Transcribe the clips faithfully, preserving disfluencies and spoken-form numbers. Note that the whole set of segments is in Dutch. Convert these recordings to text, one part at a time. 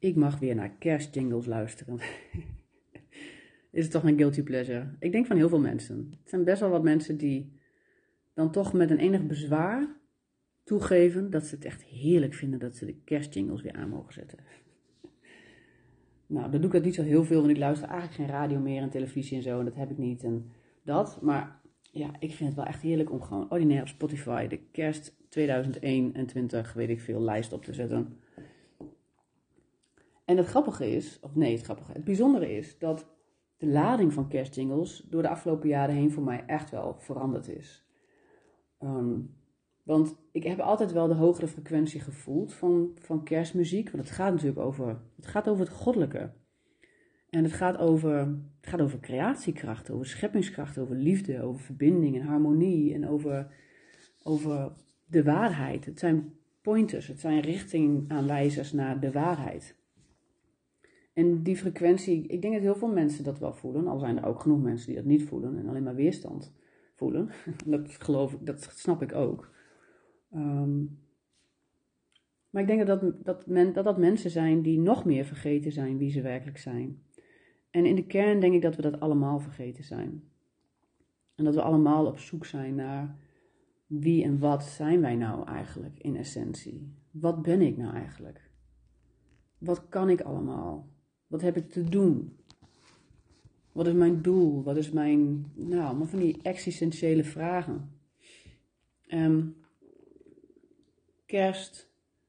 ik mag weer naar kerstjingles luisteren. Is het toch een guilty pleasure? Ik denk van heel veel mensen. Het zijn best wel wat mensen die dan toch met een enig bezwaar toegeven dat ze het echt heerlijk vinden dat ze de kerstjingles weer aan mogen zetten. Nou, dan doe ik dat niet zo heel veel, want ik luister eigenlijk geen radio meer en televisie en zo. En dat heb ik niet en dat. Maar ja, ik vind het wel echt heerlijk om gewoon ordinair op Spotify de kerst tweeduizend eenentwintig, weet ik veel, lijst op te zetten. En het grappige is, of nee, het grappige, het bijzondere is dat de lading van kerstjingles door de afgelopen jaren heen voor mij echt wel veranderd is. Um, want ik heb altijd wel de hogere frequentie gevoeld van, van kerstmuziek. Want het gaat natuurlijk over, het gaat over het goddelijke. En het gaat over, het gaat over creatiekracht, over scheppingskracht, over liefde, over verbinding en harmonie. En over, over de waarheid. Het zijn pointers, het zijn richtingaanwijzers naar de waarheid. En die frequentie, ik denk dat heel veel mensen dat wel voelen. Al zijn er ook genoeg mensen die dat niet voelen en alleen maar weerstand voelen. Dat geloof ik, dat snap ik ook. Um, maar ik denk dat dat, dat, men, dat dat mensen zijn die nog meer vergeten zijn wie ze werkelijk zijn. En in de kern denk ik dat we dat allemaal vergeten zijn. En dat we allemaal op zoek zijn naar wie en wat zijn wij nou eigenlijk in essentie. Wat ben ik nou eigenlijk? Wat kan ik allemaal? Wat heb ik te doen? Wat is mijn doel? Wat is mijn, nou, allemaal van die existentiële vragen. Um, kerst.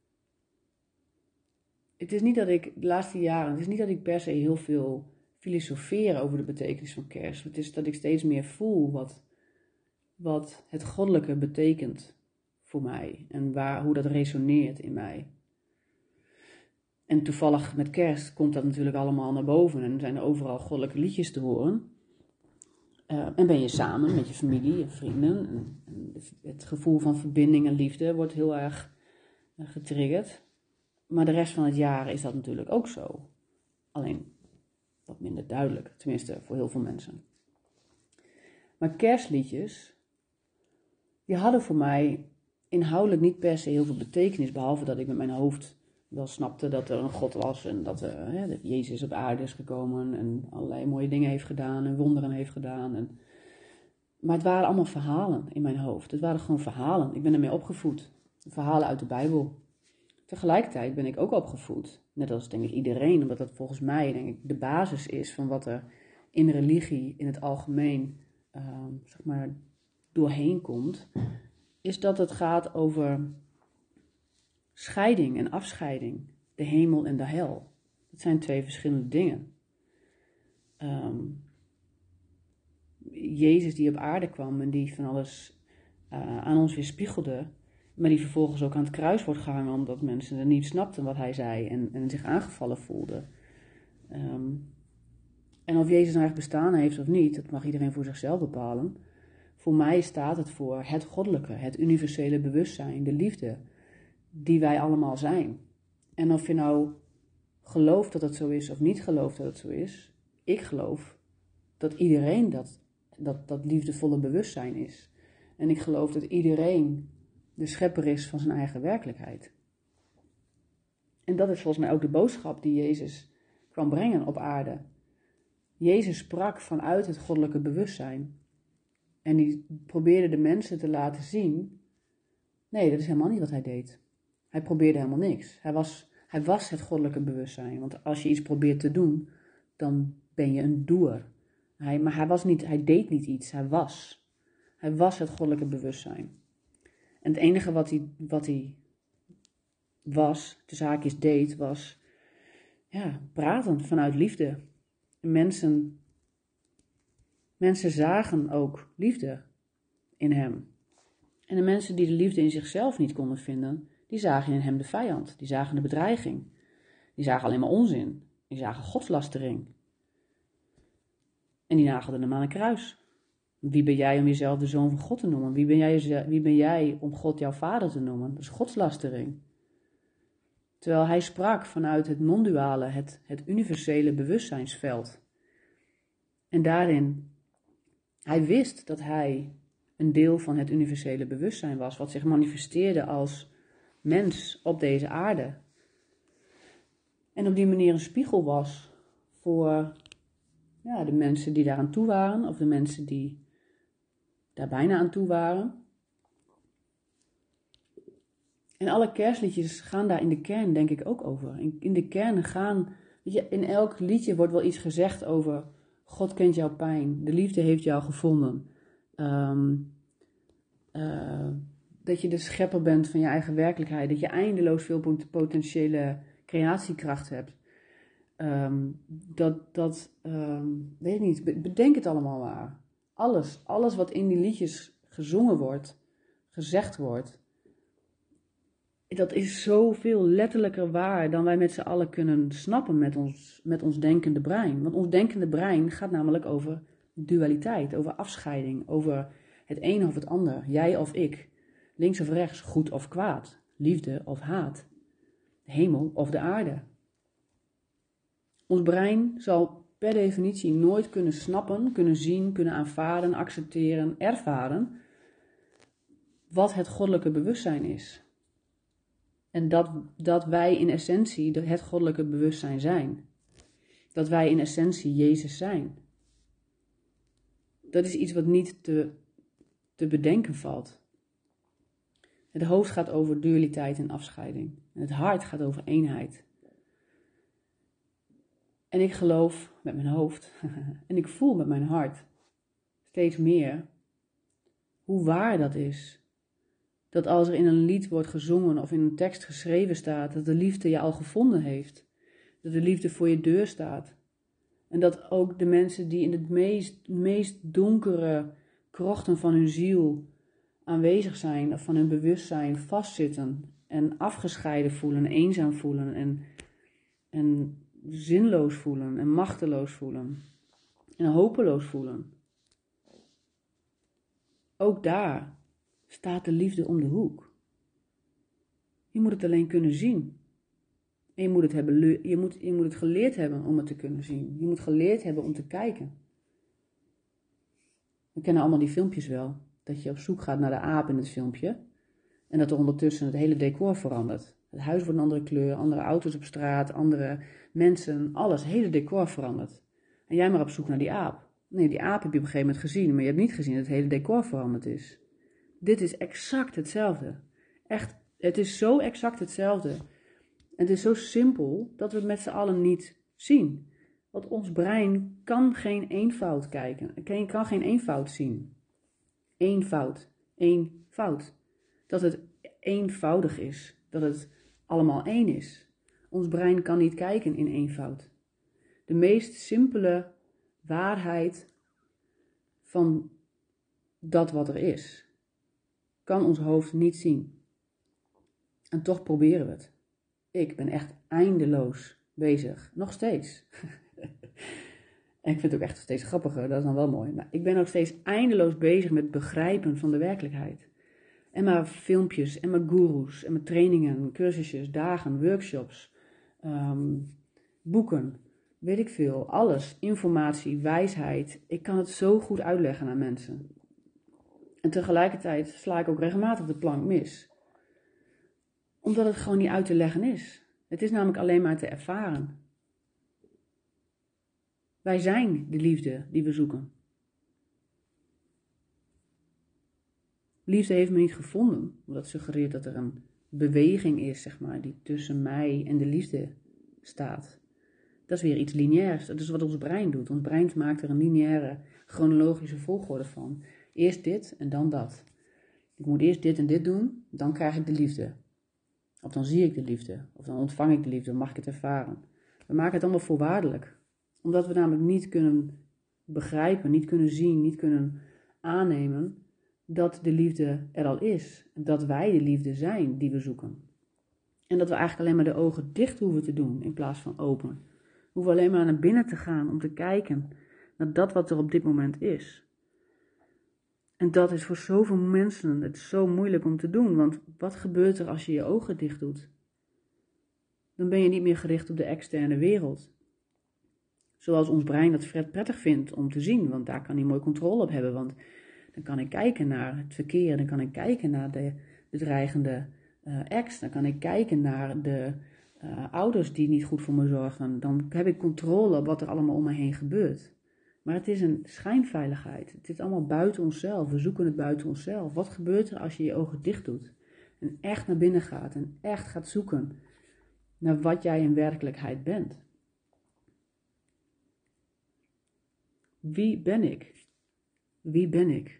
Het is niet dat ik, de laatste jaren, het is niet dat ik per se heel veel filosofeer over de betekenis van kerst. Het is dat ik steeds meer voel wat, wat het goddelijke betekent voor mij. En waar, hoe dat resoneert in mij. En toevallig met kerst komt dat natuurlijk allemaal naar boven. En zijn er overal goddelijke liedjes te horen. Uh, en ben je samen met je familie en vrienden. En, en het gevoel van verbinding en liefde wordt heel erg uh, getriggerd. Maar de rest van het jaar is dat natuurlijk ook zo. Alleen wat minder duidelijk. Tenminste voor heel veel mensen. Maar kerstliedjes, die hadden voor mij inhoudelijk niet per se heel veel betekenis. Behalve dat ik met mijn hoofd wel snapte dat er een God was. En dat, uh, hè, dat Jezus op aarde is gekomen. En allerlei mooie dingen heeft gedaan. En wonderen heeft gedaan. En... Maar het waren allemaal verhalen in mijn hoofd. Het waren gewoon verhalen. Ik ben ermee opgevoed. Verhalen uit de Bijbel. Tegelijkertijd ben ik ook opgevoed. Net als denk ik iedereen. Omdat dat volgens mij denk ik de basis is van wat er in religie in het algemeen uh, zeg maar doorheen komt. Is dat het gaat over scheiding en afscheiding. De hemel en de hel. Dat zijn twee verschillende dingen. Um, Jezus die op aarde kwam en die van alles uh, aan ons weerspiegelde. Maar die vervolgens ook aan het kruis wordt gehangen omdat mensen er niet snapten wat hij zei en, en zich aangevallen voelden. Um, en of Jezus nou echt bestaan heeft of niet, dat mag iedereen voor zichzelf bepalen. Voor mij staat het voor het goddelijke, het universele bewustzijn, de liefde die wij allemaal zijn. En of je nou gelooft dat het zo is of niet gelooft dat het zo is, ik geloof dat iedereen dat, dat, dat liefdevolle bewustzijn is. En ik geloof dat iedereen de schepper is van zijn eigen werkelijkheid. En dat is volgens mij ook de boodschap die Jezus kwam brengen op aarde. Jezus sprak vanuit het goddelijke bewustzijn. En die probeerde de mensen te laten zien, nee, dat is helemaal niet wat hij deed. Hij probeerde helemaal niks. Hij was, hij was het goddelijke bewustzijn. Want als je iets probeert te doen, dan ben je een doer. Hij, maar hij, was niet, hij deed niet iets, hij was. Hij was het goddelijke bewustzijn. En het enige wat hij, wat hij was, de zaakjes deed, was ja, praten vanuit liefde. En mensen, mensen zagen ook liefde in hem. En de mensen die de liefde in zichzelf niet konden vinden, die zagen in hem de vijand. Die zagen de bedreiging. Die zagen alleen maar onzin. Die zagen godslastering. En die nagelden hem aan een kruis. Wie ben jij om jezelf de zoon van God te noemen? Wie ben jij, wie ben jij om God jouw vader te noemen? Dat is godslastering. Terwijl hij sprak vanuit het non-duale, het, het universele bewustzijnsveld. En daarin, hij wist dat hij een deel van het universele bewustzijn was, wat zich manifesteerde als mens op deze aarde. En op die manier een spiegel was voor ja, de mensen die daar aan toe waren, of de mensen die daar bijna aan toe waren. En alle kerstliedjes gaan daar in de kern denk ik ook over. In, in de kern gaan, weet je, in elk liedje wordt wel iets gezegd over God kent jouw pijn, de liefde heeft jou gevonden. Um, uh, dat je de schepper bent van je eigen werkelijkheid, dat je eindeloos veel potentiële creatiekracht hebt. Um, dat, dat um, weet ik niet, bedenk het allemaal maar. Alles, alles wat in die liedjes gezongen wordt, gezegd wordt, dat is zoveel letterlijker waar dan wij met z'n allen kunnen snappen met ons, met ons denkende brein. Want ons denkende brein gaat namelijk over dualiteit, over afscheiding, over het een of het ander, jij of ik, links of rechts, goed of kwaad, liefde of haat, de hemel of de aarde. Ons brein zal per definitie nooit kunnen snappen, kunnen zien, kunnen aanvaarden, accepteren, ervaren wat het goddelijke bewustzijn is. En dat, dat wij in essentie het goddelijke bewustzijn zijn. Dat wij in essentie Jezus zijn. Dat is iets wat niet te, te bedenken valt. Het hoofd gaat over dualiteit en afscheiding. En het hart gaat over eenheid. En ik geloof met mijn hoofd en ik voel met mijn hart steeds meer hoe waar dat is. Dat als er in een lied wordt gezongen of in een tekst geschreven staat, dat de liefde je al gevonden heeft. Dat de liefde voor je deur staat. En dat ook de mensen die in het meest, meest donkere krochten van hun ziel aanwezig zijn, of van hun bewustzijn vastzitten en afgescheiden voelen, eenzaam voelen en, en zinloos voelen en machteloos voelen en hopeloos voelen. Ook daar staat de liefde om de hoek. Je moet het alleen kunnen zien. En je moet het, hebben, je, moet, je moet het geleerd hebben om het te kunnen zien. Je moet geleerd hebben om te kijken. We kennen allemaal die filmpjes wel. Dat je op zoek gaat naar de aap in het filmpje. En dat er ondertussen het hele decor verandert. Het huis wordt een andere kleur, andere auto's op straat, andere mensen. Alles, het hele decor verandert. En jij maar op zoek naar die aap. Nee, die aap heb je op een gegeven moment gezien. Maar je hebt niet gezien dat het hele decor veranderd is. Dit is exact hetzelfde. Echt, het is zo exact hetzelfde. Het is zo simpel dat we het met z'n allen niet zien. Want ons brein kan geen eenvoud kijken. Kan geen eenvoud zien. Eenvoud. Eenvoud. Dat het eenvoudig is. Dat het allemaal één is. Ons brein kan niet kijken in eenvoud. De meest simpele waarheid van dat wat er is, kan ons hoofd niet zien. En toch proberen we het. Ik ben echt eindeloos bezig. Nog steeds. En ik vind het ook echt steeds grappiger. Dat is dan wel mooi. Maar ik ben ook steeds eindeloos bezig met het begrijpen van de werkelijkheid. En maar filmpjes, en maar goeroes, en maar trainingen, cursusjes, dagen, workshops, um, boeken, weet ik veel. Alles. Informatie, wijsheid. Ik kan het zo goed uitleggen aan mensen. En tegelijkertijd sla ik ook regelmatig de plank mis. Omdat het gewoon niet uit te leggen is. Het is namelijk alleen maar te ervaren. Wij zijn de liefde die we zoeken. Liefde heeft me niet gevonden, omdat dat suggereert dat er een beweging is, zeg maar, die tussen mij en de liefde staat. Dat is weer iets lineairs. Dat is wat ons brein doet. Ons brein maakt er een lineaire, chronologische volgorde van. Eerst dit en dan dat. Ik moet eerst dit en dit doen, dan krijg ik de liefde. Of dan zie ik de liefde. Of dan ontvang ik de liefde, dan mag ik het ervaren. We maken het allemaal voorwaardelijk. Omdat we namelijk niet kunnen begrijpen, niet kunnen zien, niet kunnen aannemen dat de liefde er al is. Dat wij de liefde zijn die we zoeken. En dat we eigenlijk alleen maar de ogen dicht hoeven te doen in plaats van open. We hoeven alleen maar naar binnen te gaan om te kijken naar dat wat er op dit moment is. En dat is voor zoveel mensen het is zo moeilijk om te doen. Want wat gebeurt er als je je ogen dicht doet? Dan ben je niet meer gericht op de externe wereld. Zoals ons brein dat prettig vindt om te zien. Want daar kan hij mooi controle op hebben. Want dan kan ik kijken naar het verkeer. Dan kan ik kijken naar de bedreigende uh, ex. Dan kan ik kijken naar de uh, ouders die niet goed voor me zorgen. Dan heb ik controle op wat er allemaal om me heen gebeurt. Maar het is een schijnveiligheid. Het is allemaal buiten onszelf. We zoeken het buiten onszelf. Wat gebeurt er als je je ogen dicht doet? En echt naar binnen gaat. En echt gaat zoeken naar wat jij in werkelijkheid bent. Wie ben ik? Wie ben ik?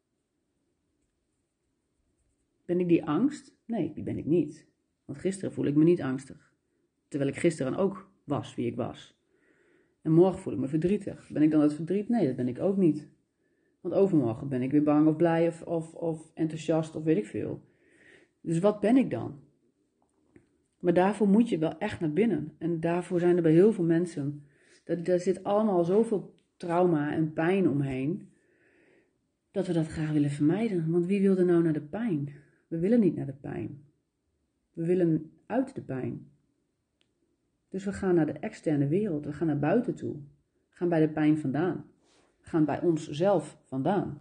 Ben ik die angst? Nee, die ben ik niet. Want gisteren voel ik me niet angstig. Terwijl ik gisteren ook was wie ik was. En morgen voel ik me verdrietig. Ben ik dan het verdriet? Nee, dat ben ik ook niet. Want overmorgen ben ik weer bang of blij of, of, of enthousiast of weet ik veel. Dus wat ben ik dan? Maar daarvoor moet je wel echt naar binnen. En daarvoor zijn er bij heel veel mensen. Daar zit allemaal zoveel trauma en pijn omheen. Dat we dat graag willen vermijden. Want wie wil er nou naar de pijn? We willen niet naar de pijn. We willen uit de pijn. Dus we gaan naar de externe wereld. We gaan naar buiten toe. We gaan bij de pijn vandaan. We gaan bij onszelf vandaan.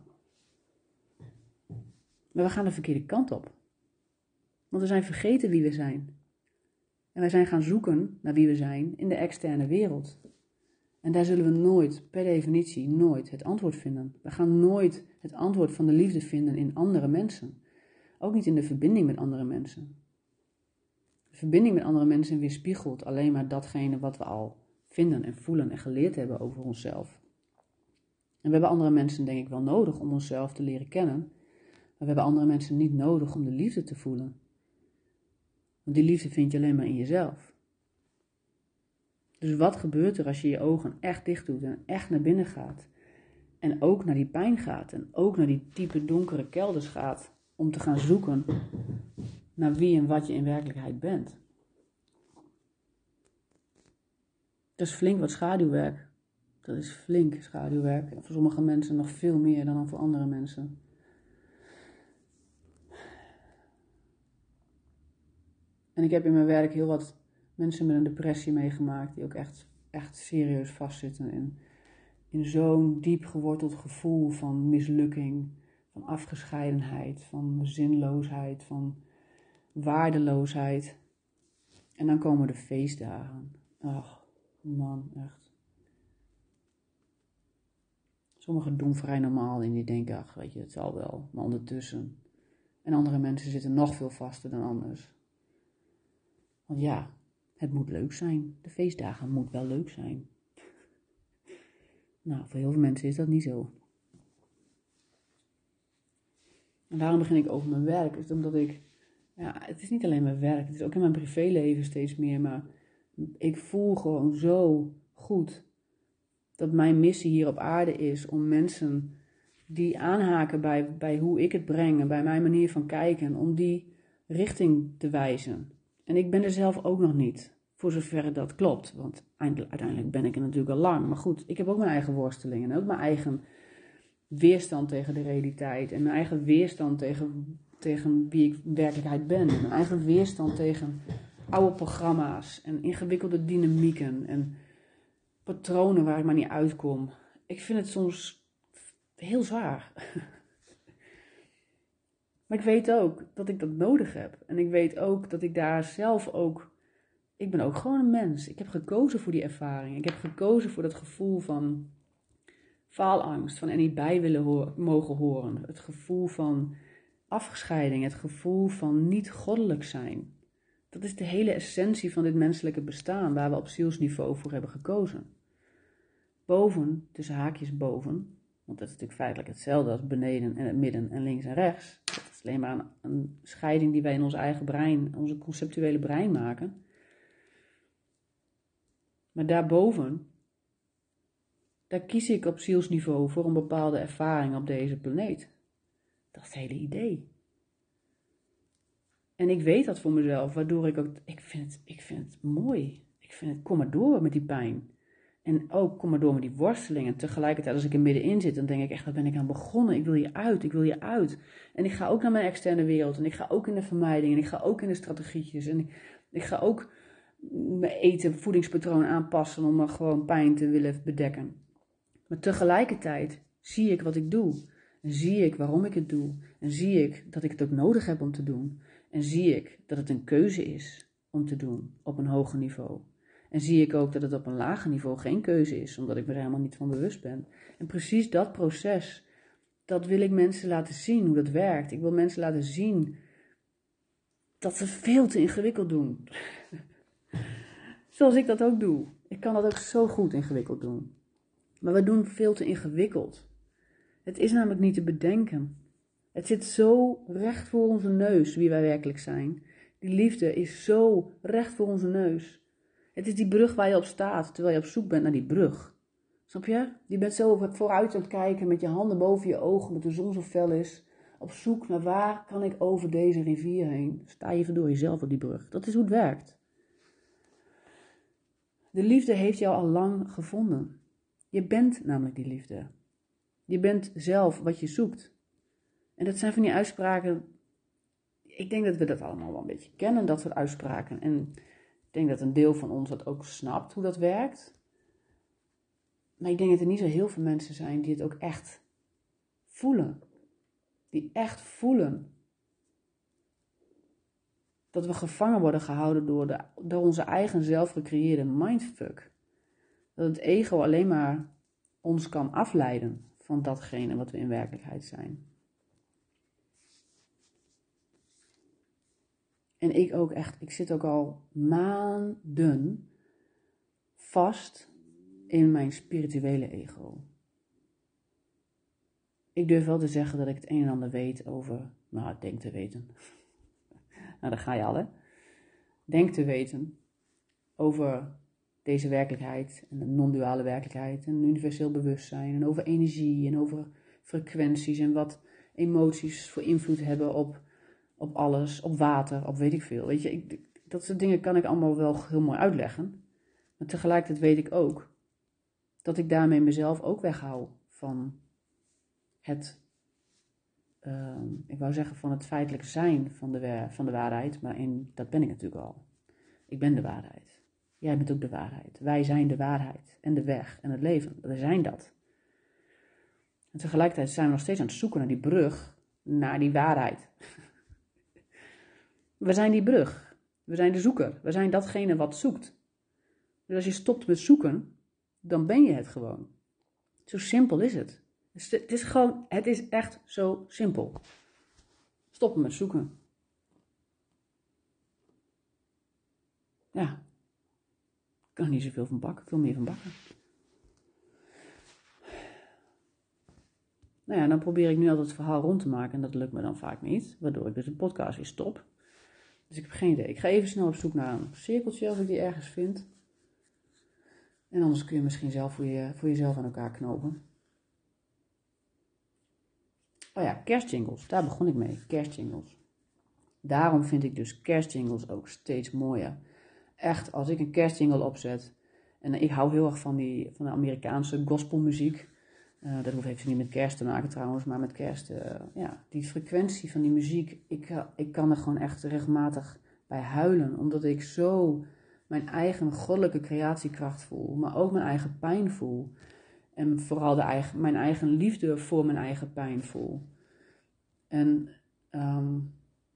Maar we gaan de verkeerde kant op. Want we zijn vergeten wie we zijn. En wij zijn gaan zoeken naar wie we zijn in de externe wereld. En daar zullen we nooit, per definitie, nooit het antwoord vinden. We gaan nooit het antwoord van de liefde vinden in andere mensen. Ook niet in de verbinding met andere mensen. De verbinding met andere mensen weerspiegelt alleen maar datgene wat we al vinden en voelen en geleerd hebben over onszelf. En we hebben andere mensen denk ik wel nodig om onszelf te leren kennen. Maar we hebben andere mensen niet nodig om de liefde te voelen. Want die liefde vind je alleen maar in jezelf. Dus wat gebeurt er als je je ogen echt dicht doet en echt naar binnen gaat? En ook naar die pijn gaat en ook naar die diepe donkere kelders gaat om te gaan zoeken naar wie en wat je in werkelijkheid bent. Dat is flink wat schaduwwerk. Dat is flink schaduwwerk. En voor sommige mensen nog veel meer dan voor andere mensen. En ik heb in mijn werk heel wat mensen met een depressie meegemaakt die ook echt, echt serieus vastzitten in, in zo'n diep geworteld gevoel van mislukking, van afgescheidenheid, van zinloosheid, van waardeloosheid. En dan komen de feestdagen. Ach, man, echt. Sommigen doen vrij normaal en die denken, ach, weet je, het zal wel, maar ondertussen. En andere mensen zitten nog veel vaster dan anders. Want ja, het moet leuk zijn. De feestdagen moet wel leuk zijn. Nou, voor heel veel mensen is dat niet zo. En daarom begin ik over mijn werk. Is omdat ik, ja, het is niet alleen mijn werk. Het is ook in mijn privéleven steeds meer. Maar ik voel gewoon zo goed dat mijn missie hier op aarde is om mensen die aanhaken bij, bij hoe ik het breng en bij mijn manier van kijken, om die richting te wijzen. En ik ben er zelf ook nog niet, voor zover dat klopt. Want uiteindelijk ben ik er natuurlijk al lang. Maar goed, ik heb ook mijn eigen worstelingen en ook mijn eigen weerstand tegen de realiteit. En mijn eigen weerstand tegen, tegen wie ik in werkelijkheid ben. En mijn eigen weerstand tegen oude programma's en ingewikkelde dynamieken en patronen waar ik maar niet uitkom. Ik vind het soms heel zwaar. Maar ik weet ook dat ik dat nodig heb. En ik weet ook dat ik daar zelf ook... Ik ben ook gewoon een mens. Ik heb gekozen voor die ervaring. Ik heb gekozen voor dat gevoel van faalangst. Van er niet bij willen ho- mogen horen. Het gevoel van afscheiding. Het gevoel van niet goddelijk zijn. Dat is de hele essentie van dit menselijke bestaan. Waar we op zielsniveau voor hebben gekozen. Boven, tussen haakjes boven... Want dat is natuurlijk feitelijk hetzelfde als beneden en het midden en links en rechts. Dat is alleen maar een, een scheiding die wij in ons eigen brein, onze conceptuele brein maken. Maar daarboven, daar kies ik op zielsniveau voor een bepaalde ervaring op deze planeet. Dat is het hele idee. En ik weet dat voor mezelf, waardoor ik ook, ik vind het, ik vind het mooi. Ik vind het, kom maar door met die pijn. En ook, kom maar door met die worsteling. En tegelijkertijd, als ik er middenin zit, dan denk ik echt, wat ben ik aan begonnen? Ik wil hier uit, ik wil hier uit. En ik ga ook naar mijn externe wereld. En ik ga ook in de vermijding. En ik ga ook in de strategietjes. En ik, ik ga ook mijn eten, voedingspatroon aanpassen om maar gewoon pijn te willen bedekken. Maar tegelijkertijd zie ik wat ik doe. En zie ik waarom ik het doe. En zie ik dat ik het ook nodig heb om te doen. En zie ik dat het een keuze is om te doen op een hoger niveau. En zie ik ook dat het op een lager niveau geen keuze is, omdat ik me er helemaal niet van bewust ben. En precies dat proces, dat wil ik mensen laten zien hoe dat werkt. Ik wil mensen laten zien dat ze veel te ingewikkeld doen. Zoals ik dat ook doe. Ik kan dat ook zo goed ingewikkeld doen. Maar we doen veel te ingewikkeld. Het is namelijk niet te bedenken. Het zit zo recht voor onze neus wie wij werkelijk zijn. Die liefde is zo recht voor onze neus. Het is die brug waar je op staat, terwijl je op zoek bent naar die brug. Snap je? Je bent zo vooruit aan het kijken met je handen boven je ogen, met de zon zo fel is. Op zoek naar waar kan ik over deze rivier heen. Sta je verdorie zelf op die brug. Dat is hoe het werkt. De liefde heeft jou al lang gevonden. Je bent namelijk die liefde. Je bent zelf wat je zoekt. En dat zijn van die uitspraken. Ik denk dat we dat allemaal wel een beetje kennen, dat soort uitspraken. En ik denk dat een deel van ons dat ook snapt, hoe dat werkt. Maar ik denk dat er niet zo heel veel mensen zijn die het ook echt voelen. Die echt voelen dat we gevangen worden gehouden door, de, door onze eigen zelfgecreëerde mindfuck. Dat het ego alleen maar ons kan afleiden van datgene wat we in werkelijkheid zijn. En ik ook echt, ik zit ook al maanden vast in mijn spirituele ego. Ik durf wel te zeggen dat ik het een en ander weet over, nou, ik denk te weten. Nou, daar ga je al, hè. Denk te weten over deze werkelijkheid en de non-duale werkelijkheid en universeel bewustzijn en over energie en over frequenties en wat emoties voor invloed hebben op, op alles, op water, op weet ik veel. Weet je, ik, dat soort dingen kan ik allemaal wel heel mooi uitleggen. Maar tegelijkertijd weet ik ook dat ik daarmee mezelf ook weghoud van het, uh, ik wou zeggen van het feitelijk zijn van de, van de waarheid, maar in, dat ben ik natuurlijk al. Ik ben de waarheid. Jij bent ook de waarheid. Wij zijn de waarheid en de weg en het leven. We zijn dat. En tegelijkertijd zijn we nog steeds aan het zoeken naar die brug, naar die waarheid. We zijn die brug. We zijn de zoeker. We zijn datgene wat zoekt. Dus als je stopt met zoeken, dan ben je het gewoon. Zo simpel is het. Het is gewoon, het is echt zo simpel. Stoppen met zoeken. Ja. Ik kan er niet zoveel van bakken. Veel meer van bakken. Nou ja, dan probeer ik nu altijd het verhaal rond te maken. En dat lukt me dan vaak niet. Waardoor ik dus een podcast weer stop. Dus ik heb geen idee. Ik ga even snel op zoek naar een cirkeltje als ik die ergens vind. En anders kun je misschien zelf voor, je, voor jezelf aan elkaar knopen. Oh ja, kerstjingles. Daar begon ik mee. Kerstjingles. Daarom vind ik dus kerstjingles ook steeds mooier. Echt, als ik een kerstjingle opzet. En ik hou heel erg van, die, van de Amerikaanse gospelmuziek. Uh, dat hoeft even niet met kerst te maken trouwens, maar met kerst. Uh, ja, die frequentie van die muziek. Ik, uh, ik kan er gewoon echt regelmatig bij huilen. Omdat ik zo mijn eigen goddelijke creatiekracht voel. Maar ook mijn eigen pijn voel. En vooral de eigen, mijn eigen liefde voor mijn eigen pijn voel. En um,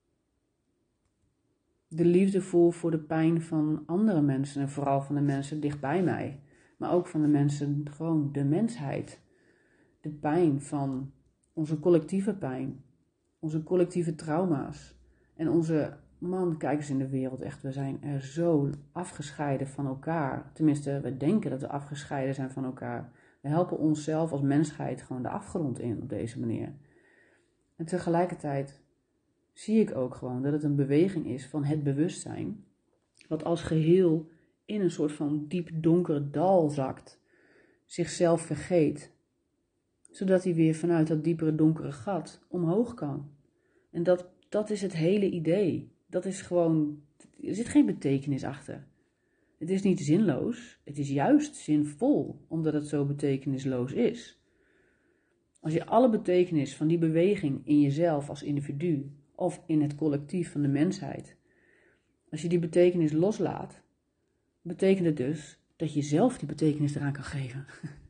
de liefde voel voor de pijn van andere mensen. En vooral van de mensen dichtbij mij. Maar ook van de mensen, gewoon de mensheid. De pijn van onze collectieve pijn. Onze collectieve trauma's. En onze, man, kijk eens in de wereld. Echt, we zijn er zo afgescheiden van elkaar. Tenminste, we denken dat we afgescheiden zijn van elkaar. We helpen onszelf als mensheid gewoon de afgrond in op deze manier. En tegelijkertijd zie ik ook gewoon dat het een beweging is van het bewustzijn. Wat als geheel in een soort van diep donker dal zakt. Zichzelf vergeet. Zodat hij weer vanuit dat diepere donkere gat omhoog kan. En dat, dat is het hele idee. Dat is gewoon, er zit geen betekenis achter. Het is niet zinloos, het is juist zinvol, omdat het zo betekenisloos is. Als je alle betekenis van die beweging in jezelf als individu, of in het collectief van de mensheid, als je die betekenis loslaat, betekent het dus dat je zelf die betekenis eraan kan geven.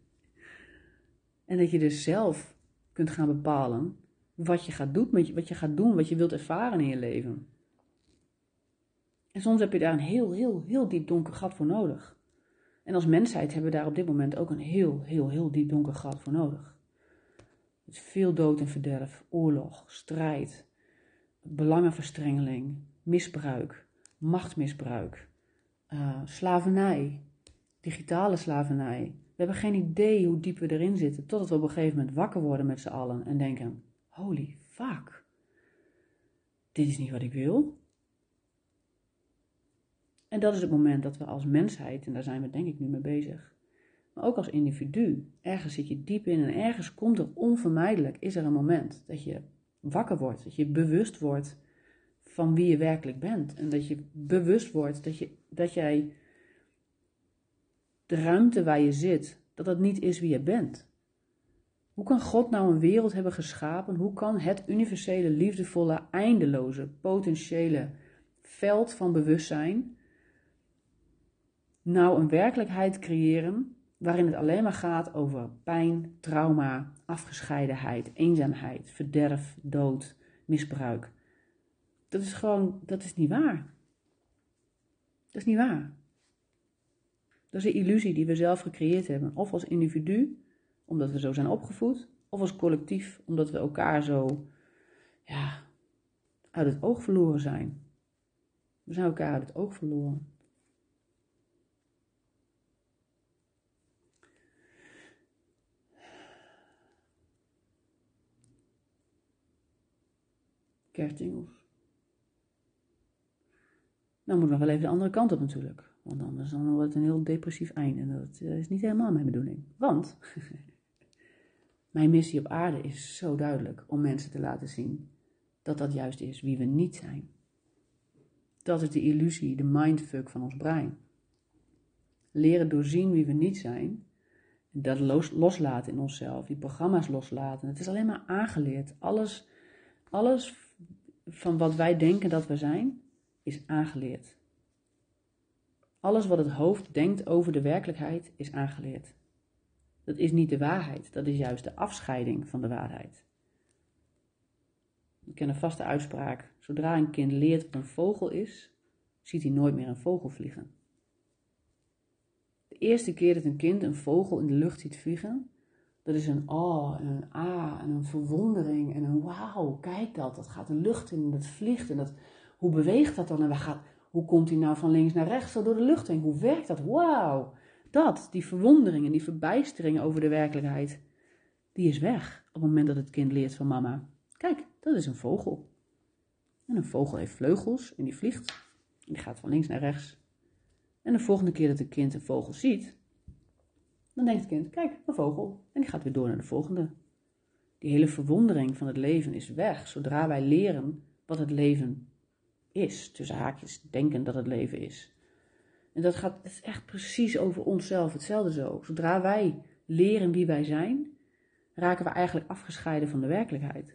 En dat je dus zelf kunt gaan bepalen wat je gaat doen, wat je gaat doen, wat je wilt ervaren in je leven. En soms heb je daar een heel, heel, heel diep donker gat voor nodig. En als mensheid hebben we daar op dit moment ook een heel, heel, heel diep donker gat voor nodig. Het is veel dood en verderf, oorlog, strijd, belangenverstrengeling, misbruik, machtsmisbruik, uh, slavernij, digitale slavernij. We hebben geen idee hoe diep we erin zitten, totdat we op een gegeven moment wakker worden met z'n allen en denken, holy fuck, dit is niet wat ik wil. En dat is het moment dat we als mensheid, en daar zijn we denk ik nu mee bezig, maar ook als individu, ergens zit je diep in en ergens komt er onvermijdelijk, is er een moment dat je wakker wordt, dat je bewust wordt van wie je werkelijk bent. En dat je bewust wordt dat, je, dat jij de ruimte waar je zit, dat dat niet is wie je bent. Hoe kan God nou een wereld hebben geschapen? Hoe kan het universele, liefdevolle, eindeloze, potentiële veld van bewustzijn nou een werkelijkheid creëren waarin het alleen maar gaat over pijn, trauma, afgescheidenheid, eenzaamheid, verderf, dood, misbruik? Dat is gewoon, dat is niet waar. Dat is niet waar. Dat is een illusie die we zelf gecreëerd hebben. Of als individu, omdat we zo zijn opgevoed. Of als collectief, omdat we elkaar zo ja, uit het oog verloren zijn. We zijn elkaar uit het oog verloren. Kerstjingels. Dan moet nog wel even de andere kant op natuurlijk. Want anders dan wordt het een heel depressief einde. En dat is niet helemaal mijn bedoeling. Want mijn missie op aarde is zo duidelijk om mensen te laten zien dat dat juist is wie we niet zijn. Dat is de illusie, de mindfuck van ons brein. Leren doorzien wie we niet zijn. En dat los, loslaten in onszelf. Die programma's loslaten. Het is alleen maar aangeleerd. Alles, alles van wat wij denken dat we zijn, is aangeleerd. Alles wat het hoofd denkt over de werkelijkheid, is aangeleerd. Dat is niet de waarheid. Dat is juist de afscheiding van de waarheid. Ik ken een vaste uitspraak. Zodra een kind leert wat een vogel is, ziet hij nooit meer een vogel vliegen. De eerste keer dat een kind een vogel in de lucht ziet vliegen, dat is een oh en een ah en een verwondering en een wauw, kijk dat, dat gaat de lucht in en dat vliegt en dat, hoe beweegt dat dan en waar gaat, hoe komt hij nou van links naar rechts zo door de lucht heen, hoe werkt dat, wauw. Dat, die verwondering en die verbijstering over de werkelijkheid, die is weg op het moment dat het kind leert van mama, kijk, dat is een vogel. En een vogel heeft vleugels en die vliegt en die gaat van links naar rechts. En de volgende keer dat het kind een vogel ziet, dan denkt het kind, kijk, een vogel. En die gaat weer door naar de volgende. Die hele verwondering van het leven is weg, zodra wij leren wat het leven is. Tussen haakjes denken dat het leven is. En dat gaat, het is echt precies over onszelf hetzelfde zo. Zodra wij leren wie wij zijn, raken we eigenlijk afgescheiden van de werkelijkheid.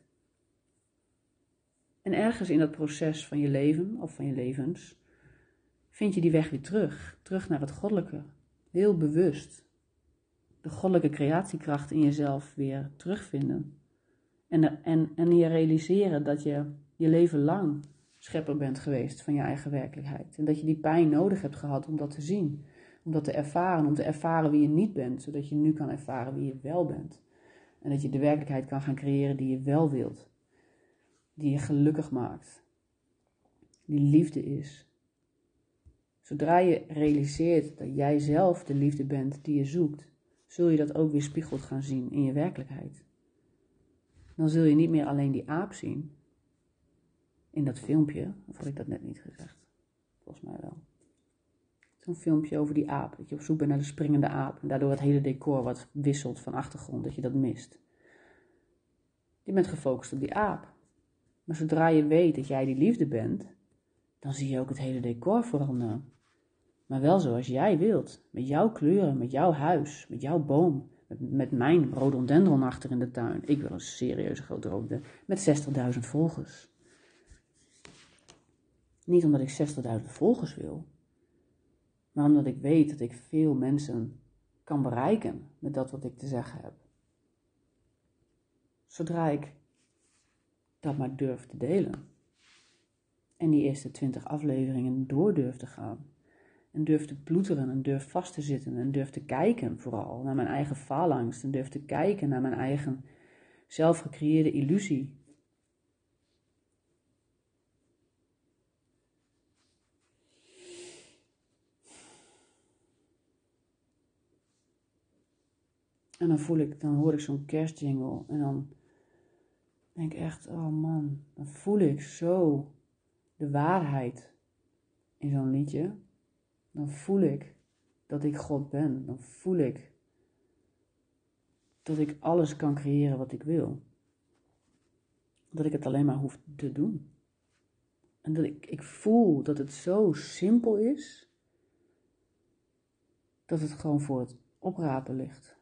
En ergens in dat proces van je leven, of van je levens, vind je die weg weer terug. Terug naar het goddelijke. Heel bewust. De goddelijke creatiekracht in jezelf weer terugvinden. En, en, en je realiseren dat je je leven lang schepper bent geweest van je eigen werkelijkheid. En dat je die pijn nodig hebt gehad om dat te zien. Om dat te ervaren. Om te ervaren wie je niet bent. Zodat je nu kan ervaren wie je wel bent. En dat je de werkelijkheid kan gaan creëren die je wel wilt. Die je gelukkig maakt. Die liefde is. Zodra je realiseert dat jij zelf de liefde bent die je zoekt, zul je dat ook weer spiegeld gaan zien in je werkelijkheid. Dan zul je niet meer alleen die aap zien. In dat filmpje, of had ik dat net niet gezegd? Volgens mij wel. Zo'n filmpje over die aap, dat je op zoek bent naar de springende aap. En daardoor het hele decor wat wisselt van achtergrond, dat je dat mist. Je bent gefocust op die aap. Maar zodra je weet dat jij die liefde bent, dan zie je ook het hele decor veranderen. Maar wel zoals jij wilt. Met jouw kleuren, met jouw huis, met jouw boom. Met, met mijn rhododendron achter in de tuin. Ik wil een serieuze grote rhododendron. Met zestigduizend volgers. Niet omdat ik zestigduizend volgers wil. Maar omdat ik weet dat ik veel mensen kan bereiken met dat wat ik te zeggen heb. Zodra ik dat maar durf te delen. En die eerste twintig afleveringen door durf te gaan. En durf te ploeteren en durf vast te zitten. En durf te kijken vooral naar mijn eigen faalangst. En durf te kijken naar mijn eigen zelfgecreëerde illusie. En dan voel ik, dan hoor ik zo'n kerstjingle. En dan denk ik echt, oh man, dan voel ik zo de waarheid in zo'n liedje. Dan voel ik dat ik God ben. Dan voel ik dat ik alles kan creëren wat ik wil. Dat ik het alleen maar hoef te doen. En dat ik, ik voel dat het zo simpel is, dat het gewoon voor het oprapen ligt.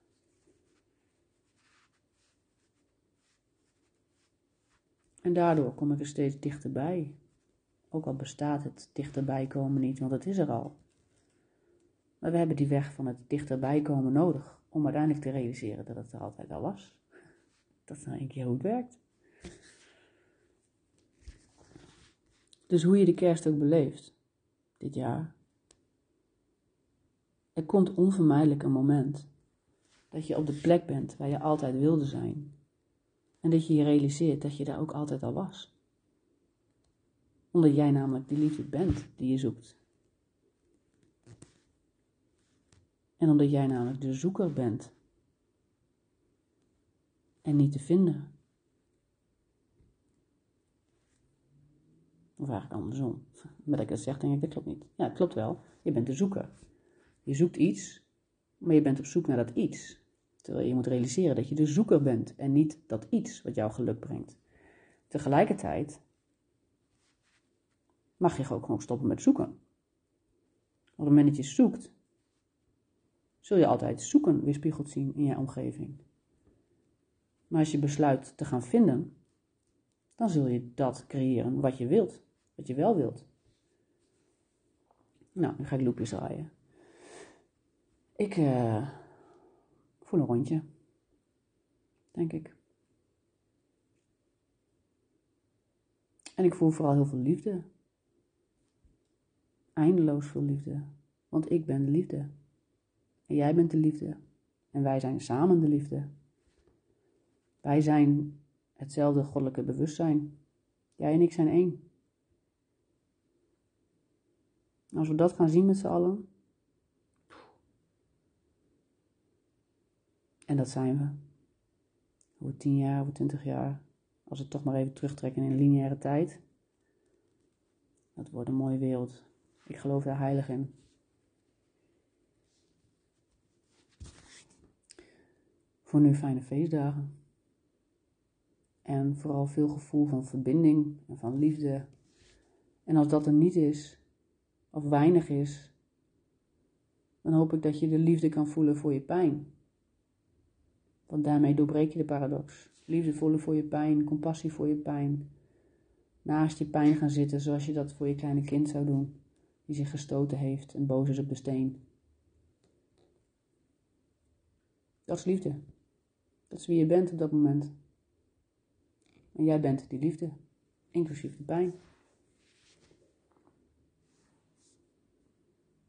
En daardoor kom ik er steeds dichterbij. Ook al bestaat het dichterbij komen niet, want het is er al. Maar we hebben die weg van het dichterbij komen nodig om uiteindelijk te realiseren dat het er altijd al was. Dat is nou een keer hoe het werkt. Dus hoe je de kerst ook beleeft, dit jaar. Er komt onvermijdelijk een moment dat je op de plek bent waar je altijd wilde zijn. En dat je je realiseert dat je daar ook altijd al was. Omdat jij namelijk die liefde bent die je zoekt. En omdat jij namelijk de zoeker bent. En niet te vinden. Of eigenlijk andersom. Maar dat ik dat zeg, denk ik, dat klopt niet. Ja, het klopt wel. Je bent de zoeker. Je zoekt iets, maar je bent op zoek naar dat iets. Terwijl je moet realiseren dat je de zoeker bent en niet dat iets wat jou geluk brengt. Tegelijkertijd mag je ook gewoon stoppen met zoeken. Op het moment dat je zoekt, zul je altijd zoeken weerspiegeld zien in je omgeving. Maar als je besluit te gaan vinden, dan zul je dat creëren wat je wilt. Wat je wel wilt. Nou, nu ga ik loopjes draaien. Ik uh, voel een rondje. Denk ik. En ik voel vooral heel veel liefde. Eindeloos veel liefde. Want ik ben de liefde. En jij bent de liefde. En wij zijn samen de liefde. Wij zijn hetzelfde goddelijke bewustzijn. Jij en ik zijn één. Als we dat gaan zien met z'n allen. En dat zijn we. Over tien jaar, over twintig jaar. Als we het toch maar even terugtrekken in een lineaire tijd. Dat wordt een mooie wereld. Ik geloof daar heilig in. Voor nu fijne feestdagen. En vooral veel gevoel van verbinding en van liefde. En als dat er niet is, of weinig is, dan hoop ik dat je de liefde kan voelen voor je pijn. Want daarmee doorbreek je de paradox. Liefde voelen voor je pijn, compassie voor je pijn. Naast je pijn gaan zitten zoals je dat voor je kleine kind zou doen. Die zich gestoten heeft en boos is op de steen. Dat is liefde. Dat is wie je bent op dat moment. En jij bent die liefde, inclusief de pijn.